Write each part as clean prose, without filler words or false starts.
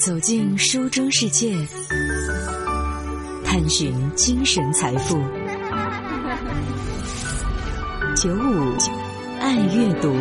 走进书中世界，探寻精神财富。95爱阅读。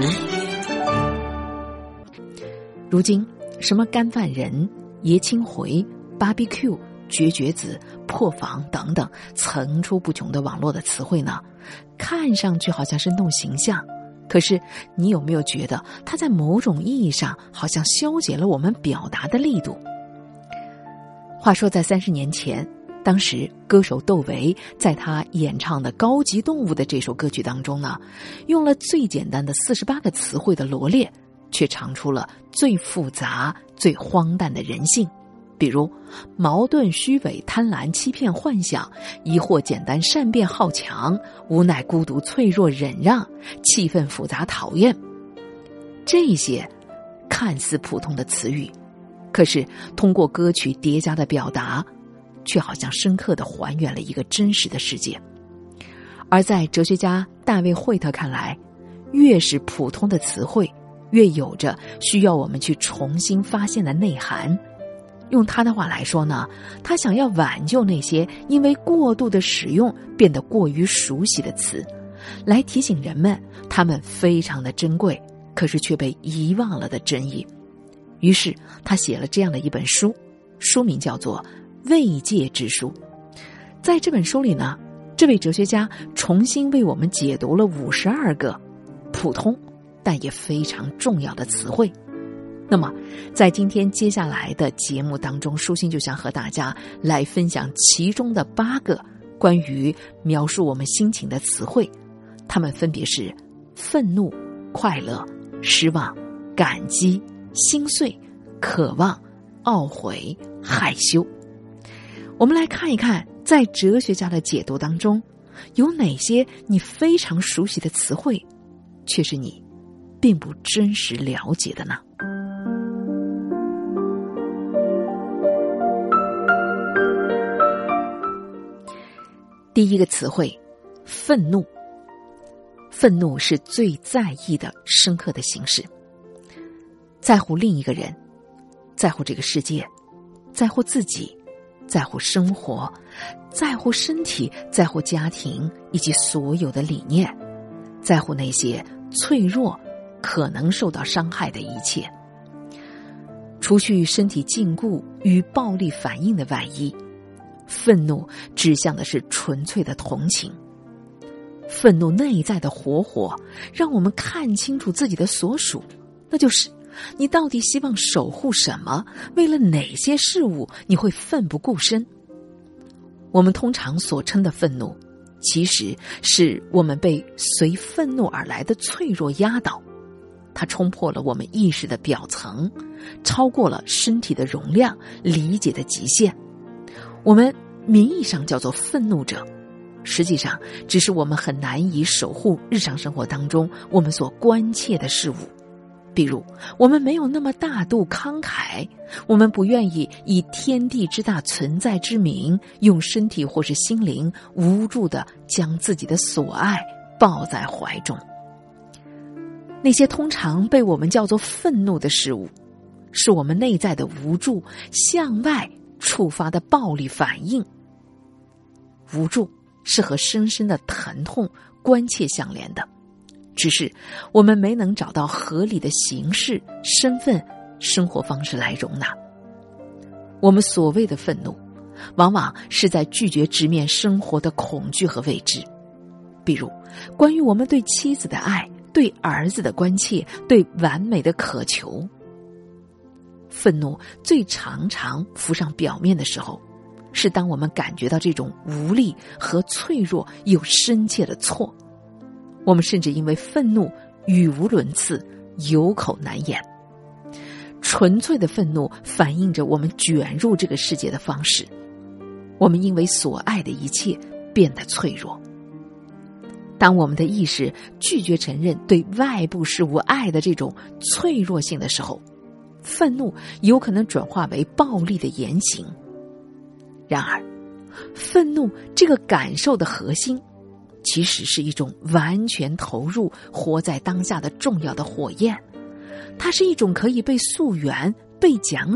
如今，什么干饭人、爷青回、BBQ、绝子、破防等等层出不穷的网络的词汇呢，看上去好像生动形象，可是你有没有觉得它在某种意义上好像消解了我们表达的力度？话说在30年前，当时歌手窦唯在他演唱的《高级动物》的这首歌曲当中呢，用了最简单的48个词汇的罗列，却唱出了最复杂最荒诞的人性，比如矛盾虚伪贪婪欺骗幻想，疑惑简单善变好强，无奈孤独脆弱忍让，气氛复杂讨厌。这些看似普通的词语，可是通过歌曲叠加的表达，却好像深刻地还原了一个真实的世界。而在哲学家大卫·惠特看来，越是普通的词汇，越有着需要我们去重新发现的内涵。用他的话来说呢，他想要挽救那些因为过度的使用变得过于熟悉的词，来提醒人们他们非常的珍贵，可是却被遗忘了的真意。于是他写了这样的一本书，书名叫做《慰藉之书》。在这本书里呢，这位哲学家重新为我们解读了52个普通但也非常重要的词汇。那么在今天接下来的节目当中，舒心就想和大家来分享其中的8个关于描述我们心情的词汇，它们分别是愤怒、快乐、失望、感激、心碎、渴望、懊悔、害羞。我们来看一看，在哲学家的解读当中，有哪些你非常熟悉的词汇，却是你并不真实了解的呢？第一个词汇，愤怒。愤怒是最在意的深刻的形式，在乎另一个人，在乎这个世界，在乎自己，在乎生活，在乎身体，在乎家庭以及所有的理念，在乎那些脆弱可能受到伤害的一切。除去身体禁锢与暴力反应的外衣，愤怒指向的是纯粹的同情。愤怒内在的活火让我们看清楚自己的所属，那就是你到底希望守护什么，为了哪些事物你会奋不顾身。我们通常所称的愤怒，其实是我们被随愤怒而来的脆弱压倒，它冲破了我们意识的表层，超过了身体的容量理解的极限。我们名义上叫做愤怒者，实际上只是我们很难以守护日常生活当中我们所关切的事物。比如我们没有那么大度慷慨，我们不愿意以天地之大存在之名，用身体或是心灵无助地将自己的所爱抱在怀中。那些通常被我们叫做愤怒的事物，是我们内在的无助向外触发的暴力反应。无助是和深深的疼痛关切相连的，只是我们没能找到合理的形式、身份、生活方式来容纳。我们所谓的愤怒，往往是在拒绝直面生活的恐惧和未知。比如关于我们对妻子的爱，对儿子的关切，对完美的渴求。愤怒最常浮上表面的时候，是当我们感觉到这种无力和脆弱又深切的错。我们甚至因为愤怒语无伦次，有口难言。纯粹的愤怒反映着我们卷入这个世界的方式，我们因为所爱的一切变得脆弱。当我们的意识拒绝承认对外部事物爱的这种脆弱性的时候，愤怒有可能转化为暴力的言行。然而，愤怒这个感受的核心，其实是一种完全投入活在当下的重要的火焰。它是一种可以被溯源、被奖赏、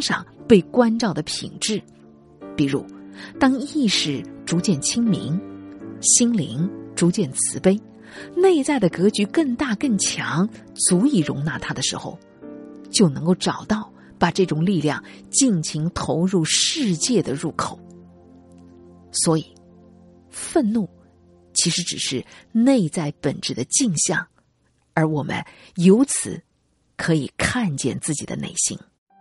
被关照的品质。比如，当意识逐渐清明，心灵逐渐慈悲，内在的格局更大更强，足以容纳它的时候，就能够找到把这种力量尽情投入世界的入口。所以，愤怒其实只是内在本质的镜像，而我们由此可以看见自己的内心。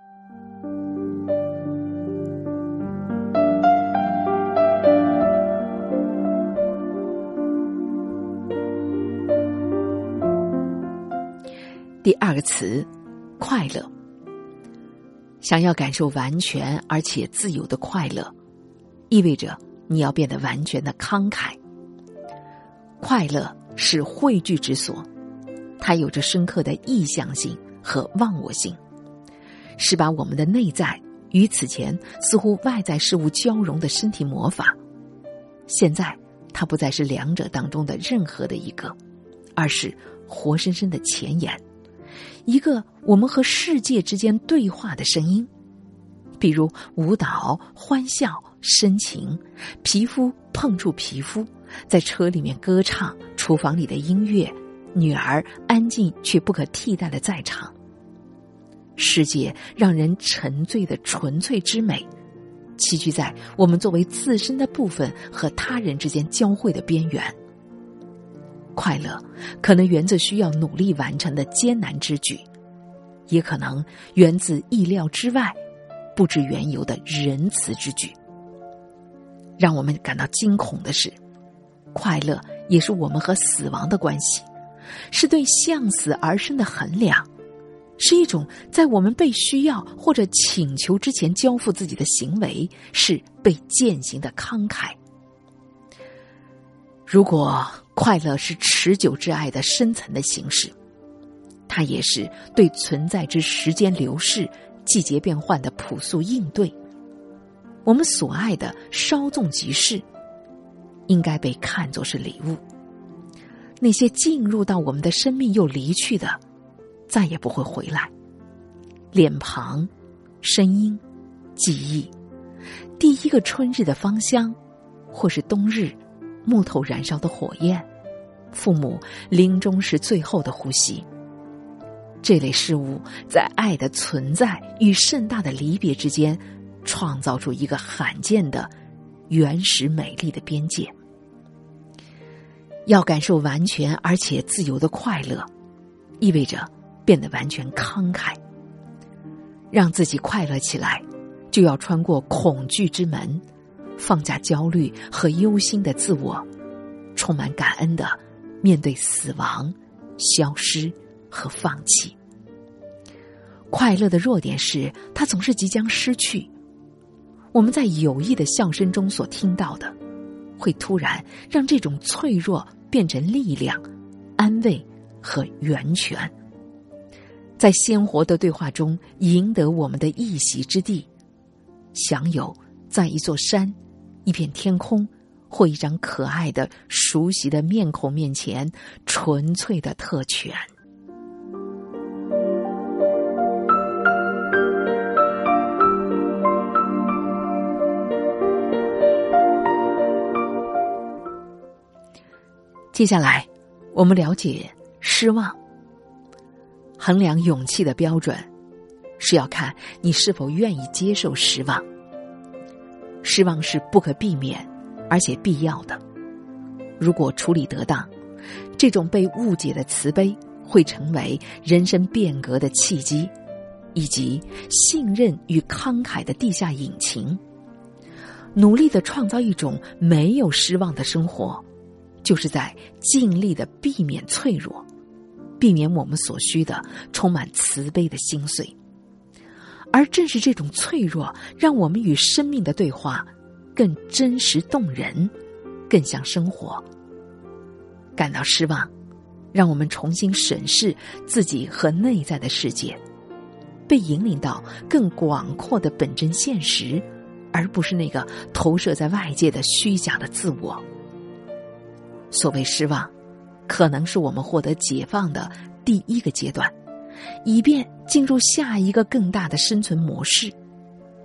第二个词，快乐。想要感受完全而且自由的快乐，意味着你要变得完全的慷慨。快乐是汇聚之所，它有着深刻的意向性和忘我性，是把我们的内在与此前似乎外在事物交融的身体魔法。现在它不再是两者当中的任何的一个，而是活生生的前沿，一个我们和世界之间对话的声音。比如舞蹈、欢笑、深情，皮肤碰触皮肤，在车里面歌唱，厨房里的音乐，女儿安静却不可替代的在场。世界让人沉醉的纯粹之美，栖居在我们作为自身的部分和他人之间交汇的边缘。快乐可能源自需要努力完成的艰难之举，也可能源自意料之外、不知缘由的仁慈之举。让我们感到惊恐的是，快乐也是我们和死亡的关系，是对向死而生的衡量，是一种在我们被需要或者请求之前交付自己的行为，是被践行的慷慨。如果快乐是持久之爱的深层的形式，它也是对存在之时间流逝、季节变换的朴素应对。我们所爱的稍纵即逝，应该被看作是礼物。那些进入到我们的生命又离去的，再也不会回来。脸庞、声音、记忆，第一个春日的芳香，或是冬日木头燃烧的火焰，父母临终时最后的呼吸。这类事物在爱的存在与盛大的离别之间，创造出一个罕见的原始美丽的边界。要感受完全而且自由的快乐，意味着变得完全慷慨。让自己快乐起来，就要穿过恐惧之门，放下焦虑和忧心的自我，充满感恩的面对死亡、消失和放弃。快乐的弱点是，它总是即将失去。我们在有意的笑声中所听到的，会突然让这种脆弱变成力量、安慰和源泉。在鲜活的对话中赢得我们的一席之地，享有在一座山、一片天空或一张可爱的熟悉的面孔面前纯粹的特权。接下来我们了解失望。衡量勇气的标准是要看你是否愿意接受失望。失望是不可避免而且必要的，如果处理得当，这种被误解的慈悲会成为人生变革的契机，以及信任与慷慨的地下引擎。努力地创造一种没有失望的生活，就是在尽力地避免脆弱，避免我们所需的充满慈悲的心碎。而正是这种脆弱，让我们与生命的对话更真实动人，更像生活。感到失望，让我们重新审视自己和内在的世界，被引领到更广阔的本真现实，而不是那个投射在外界的虚假的自我。所谓失望，可能是我们获得解放的第一个阶段，以便进入下一个更大的生存模式。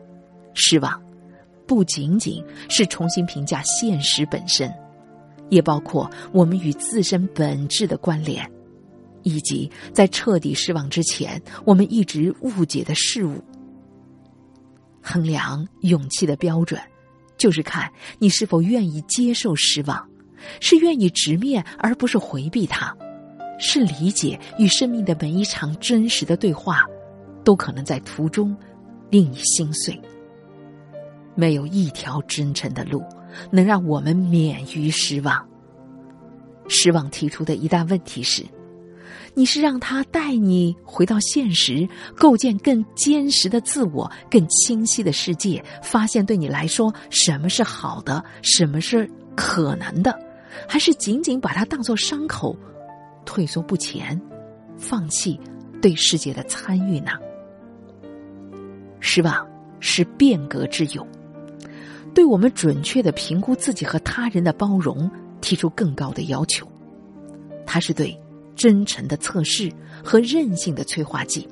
失望不仅仅是重新评价现实本身，也包括我们与自身本质的关联，以及在彻底失望之前我们一直误解的事物。衡量勇气的标准，就是看你是否愿意接受失望，是愿意直面而不是回避它，是理解与生命的每一场真实的对话都可能在途中令你心碎。没有一条真诚的路能让我们免于失望。失望提出的一大问题是，你是让它带你回到现实，构建更坚实的自我，更清晰的世界，发现对你来说什么是好的，什么是可能的，还是仅仅把它当作伤口，退缩不前，放弃对世界的参与呢？失望是变革之勇，对我们准确地评估自己和他人的包容提出更高的要求。它是对真诚的测试和韧性的催化剂。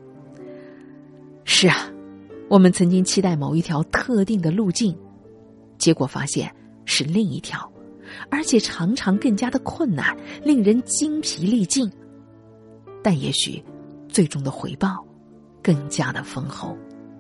是啊，我们曾经期待某一条特定的路径，结果发现是另一条，而且常常更加的困难，令人精疲力尽。但也许最终的回报更加的丰厚。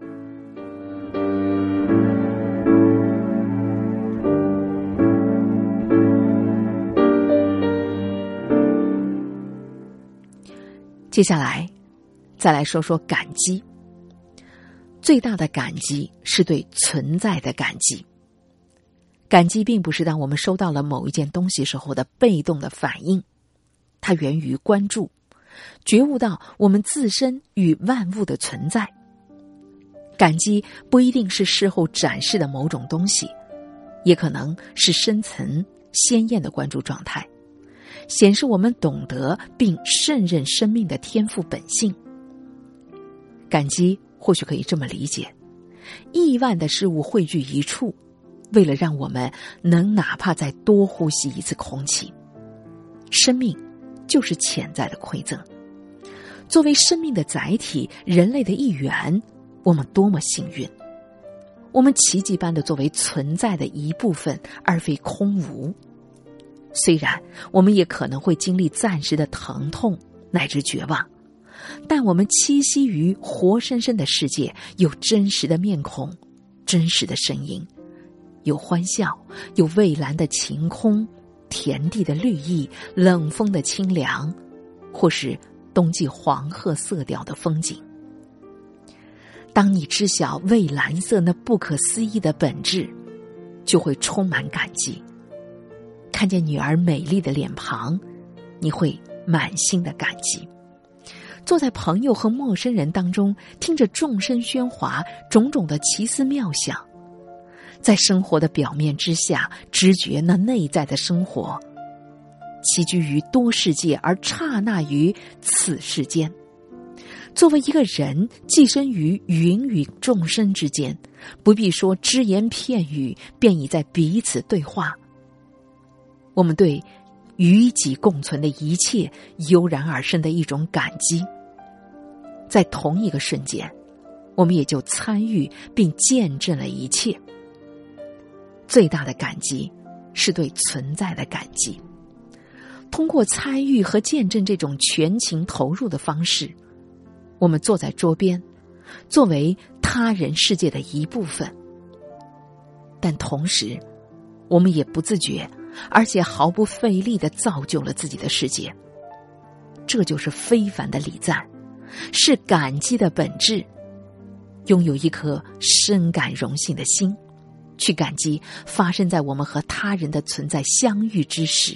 接下来再来说说感激。最大的感激是对存在的感激。感激并不是当我们收到了某一件东西时候的被动的反应，它源于关注，觉悟到我们自身与万物的存在。感激不一定是事后展示的某种东西，也可能是深层鲜艳的关注状态，显示我们懂得并胜任生命的天赋本性。感激或许可以这么理解，亿万的事物汇聚一处，为了让我们能哪怕再多呼吸一次空气。生命就是潜在的馈赠。作为生命的载体，人类的一员，我们多么幸运！我们奇迹般的作为存在的一部分，而非空无。虽然我们也可能会经历暂时的疼痛乃至绝望，但我们栖息于活生生的世界，有真实的面孔，真实的声音，有欢笑，有蔚蓝的晴空，田地的绿意，冷风的清凉，或是冬季黄褐色调的风景。当你知晓蔚蓝色那不可思议的本质，就会充满感激。看见女儿美丽的脸庞，你会满心的感激。坐在朋友和陌生人当中，听着众生喧哗，种种的奇思妙想，在生活的表面之下，知觉那内在的生活，栖居于多世界而刹那于此世间。作为一个人，寄生于芸与众生之间，不必说只言片语，便已在彼此对话。我们对与己共存的一切油然而生的一种感激，在同一个瞬间，我们也就参与并见证了一切。最大的感激是对存在的感激。通过参与和见证这种全情投入的方式，我们坐在桌边，作为他人世界的一部分。但同时，我们也不自觉而且毫不费力地造就了自己的世界。这就是非凡的礼赞，是感激的本质。拥有一颗深感荣幸的心，去感激发生在我们和他人的存在相遇之时。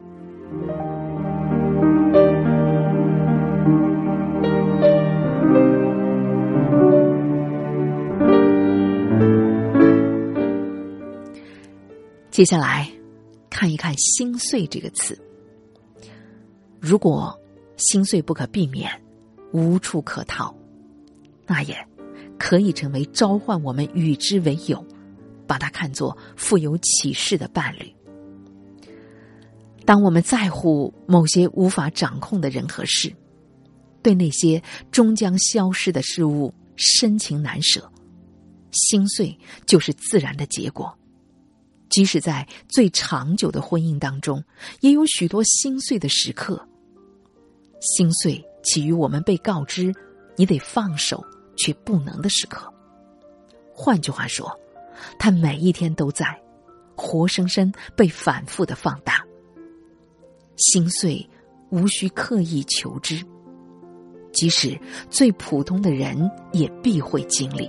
接下来看一看心碎这个词。如果心碎不可避免，无处可逃，那也可以成为召唤我们与之为友，把它看作富有启示的伴侣。当我们在乎某些无法掌控的人和事，对那些终将消失的事物深情难舍， 心碎就是自然的结果。即使在最长久的婚姻当中，也有许多心碎的时刻。心碎起于我们被告知你得放手却不能的时刻。换句话说，它每一天都在，活生生被反复的放大。心碎无需刻意求知，即使最普通的人也必会经历。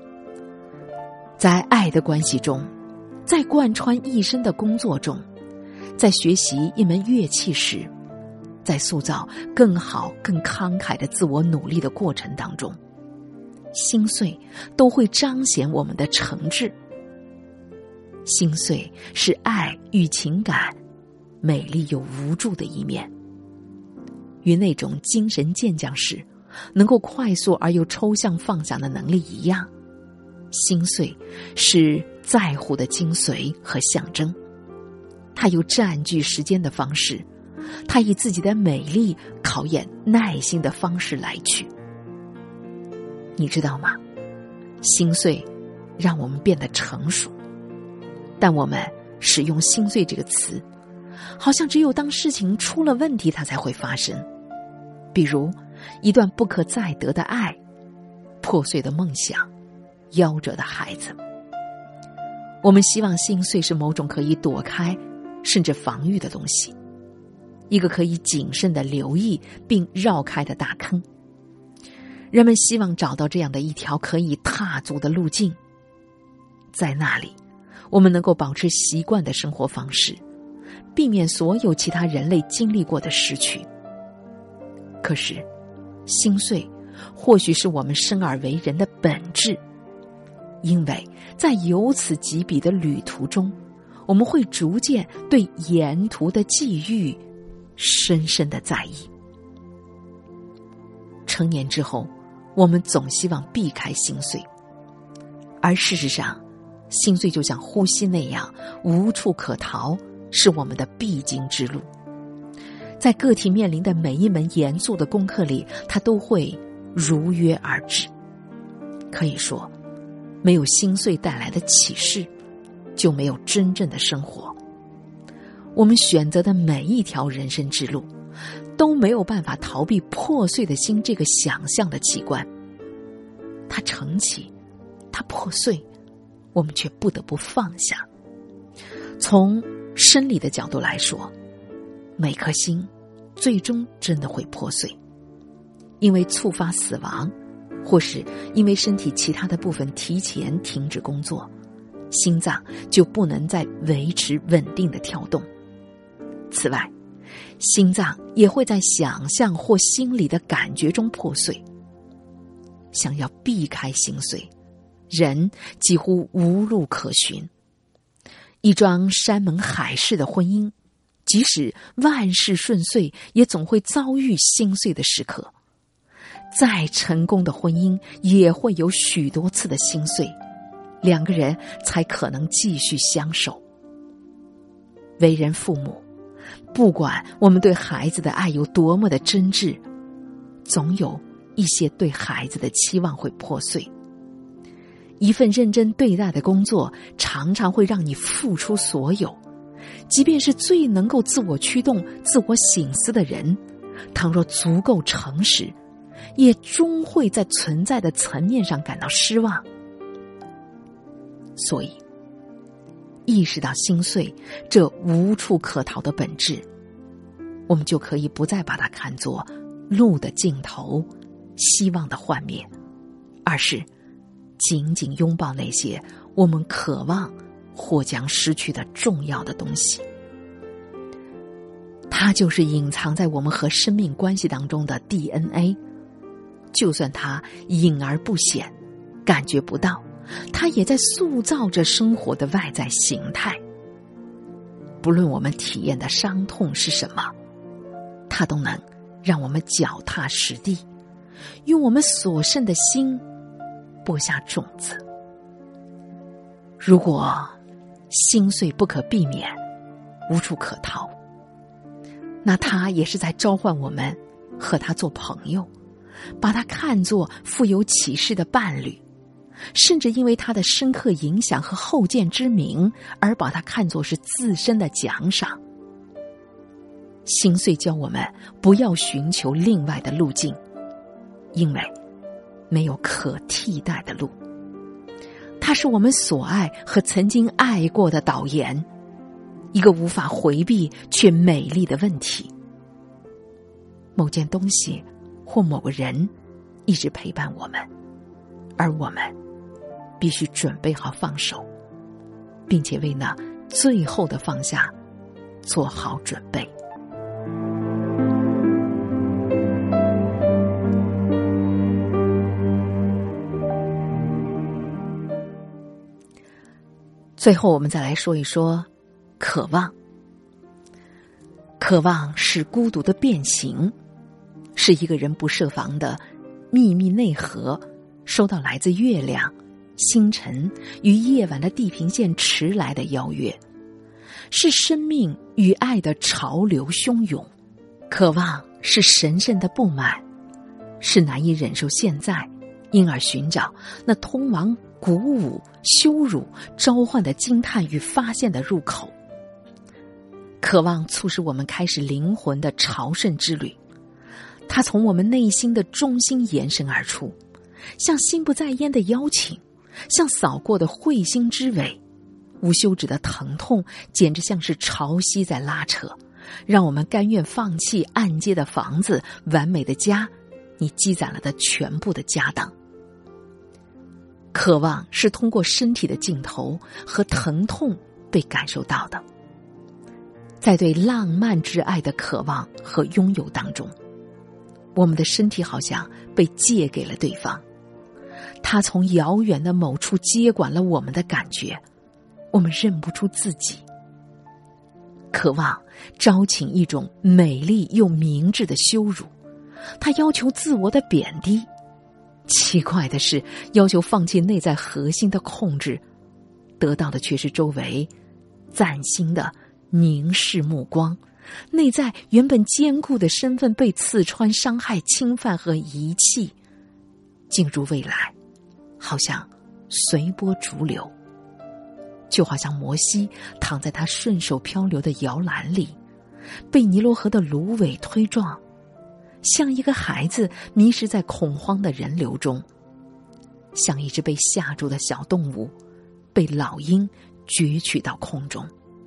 在爱的关系中，在贯穿一生的工作中，在学习一门乐器时，在塑造更好更慷慨的自我努力的过程当中，心碎都会彰显我们的诚挚。心碎是爱与情感美丽又无助的一面。与那种精神健将时能够快速而又抽象放下的能力一样，心碎是在乎的精髓和象征。它有占据时间的方式，它以自己的美丽考验耐心的方式来去。你知道吗？心碎让我们变得成熟，但我们使用心碎这个词，好像只有当事情出了问题它才会发生。比如一段不可再得的爱，破碎的梦想，夭折的孩子。我们希望心碎是某种可以躲开甚至防御的东西，一个可以谨慎地留意并绕开的大坑。人们希望找到这样的一条可以踏足的路径，在那里我们能够保持习惯的生活方式，避免所有其他人类经历过的失去。可是心碎或许是我们生而为人的本质，因为在由此及彼的旅途中，我们会逐渐对沿途的际遇深深的在意。成年之后，我们总希望避开心碎，而事实上，心碎就像呼吸那样无处可逃，是我们的必经之路。在个体面临的每一门严肃的功课里，它都会如约而至。可以说，没有心碎带来的启示，就没有真正的生活。我们选择的每一条人生之路，都没有办法逃避破碎的心这个想象的器官。它成起，它破碎，我们却不得不放下。从生理的角度来说，每颗心最终真的会破碎，因为触发死亡，或是因为身体其他的部分提前停止工作，心脏就不能再维持稳定的跳动。此外，心脏也会在想象或心理的感觉中破碎。想要避开心碎，人几乎无路可寻。一桩山盟海誓的婚姻，即使万事顺遂，也总会遭遇心碎的时刻。再成功的婚姻，也会有许多次的心碎，两个人才可能继续相守。为人父母，不管我们对孩子的爱有多么的真挚，总有一些对孩子的期望会破碎。一份认真对待的工作，常常会让你付出所有，即便是最能够自我驱动、自我省思的人，倘若足够诚实，也终会在存在的层面上感到失望。所以，意识到心碎这无处可逃的本质，我们就可以不再把它看作路的尽头、希望的幻灭，而是紧紧拥抱那些我们渴望或将失去的重要的东西。它就是隐藏在我们和生命关系当中的 DNA， 就算它隐而不显，感觉不到，它也在塑造着生活的外在形态。不论我们体验的伤痛是什么，它都能让我们脚踏实地，用我们所剩的心播下种子。如果心碎不可避免，无处可逃，那它也是在召唤我们和他做朋友，把他看作富有启示的伴侣， 甚至因为它的深刻影响和后见之明而把它看作是自身的奖赏。心碎教我们不要寻求另外的路径，因为没有可替代的路。它是我们所爱和曾经爱过的导言，一个无法回避却美丽的问题。某件东西或某个人一直陪伴我们，而我们必须准备好放手，并且为那最后的放下做好准备。最后我们再来说一说渴望。渴望是孤独的变形，是一个人不设防的秘密内核，收到来自月亮、星辰与夜晚的地平线迟来的邀约，是生命与爱的潮流汹涌。渴望是神圣的不满，是难以忍受现在，因而寻找那通往鼓舞、羞辱、召唤的惊叹与发现的入口。渴望促使我们开始灵魂的朝圣之旅，它从我们内心的中心延伸而出，像心不在焉的邀请，像扫过的彗星之尾，无休止的疼痛简直像是潮汐在拉扯，让我们甘愿放弃暗街的房子、完美的家，你积攒了的全部的家当。渴望是通过身体的尽头和疼痛被感受到的，在对浪漫之爱的渴望和拥有当中，我们的身体好像被借给了对方，它从遥远的某处接管了我们的感觉，我们认不出自己。渴望招请一种美丽又明智的羞辱，它要求自我的贬低。奇怪的是，要求放弃内在核心的控制，得到的却是周围崭新的凝视目光，内在原本坚固的身份被刺穿、伤害、侵犯和遗弃，进入未来好像随波逐流，就好像摩西躺在他顺手漂流的摇篮里，被尼罗河的芦苇推撞，像一个孩子迷失在恐慌的人流中，像一只被吓住的小动物被老鹰攫取到空中。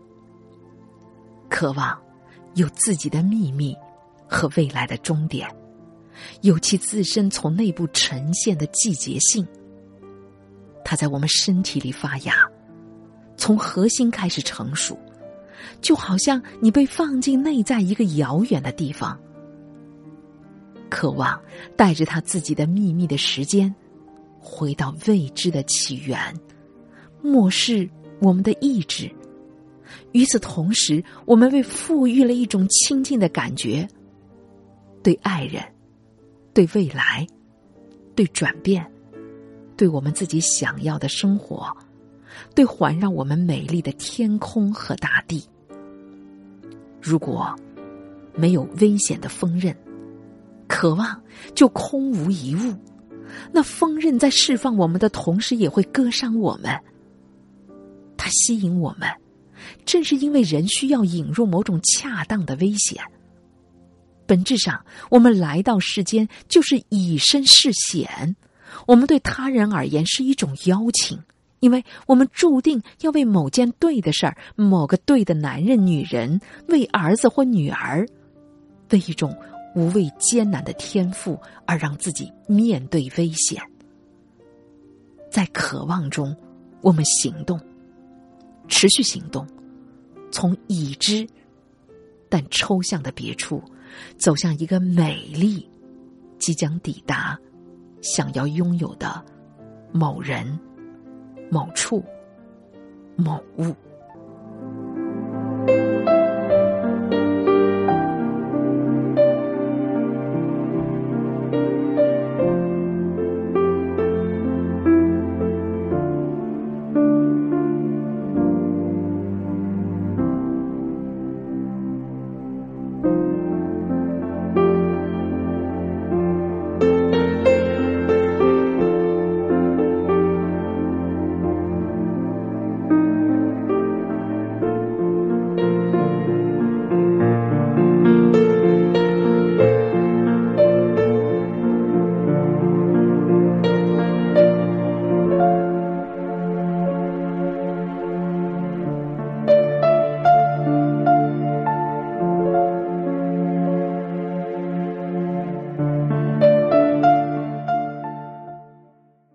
渴望有自己的秘密和未来的终点，有其自身从内部呈现的季节性，它在我们身体里发芽，从核心开始成熟，就好像你被放进内在一个遥远的地方。渴望带着他自己的秘密的时间，回到未知的起源，漠视我们的意志。与此同时，我们被赋予了一种亲近的感觉，对爱人，对未来，对转变，对我们自己想要的生活，对环绕我们美丽的天空和大地。如果没有危险的锋刃，渴望就空无一物，那锋刃在释放我们的同时也会割伤我们。它吸引我们，正是因为人需要引入某种恰当的危险。本质上，我们来到世间就是以身试险，我们对他人而言是一种邀请，因为我们注定要为某件对的事儿、某个对的男人、女人，为儿子或女儿，为一种无畏艰难的天赋而让自己面对危险。在渴望中，我们行动，持续行动，从已知但抽象的别处走向一个美丽即将抵达想要拥有的某人、某处、某物。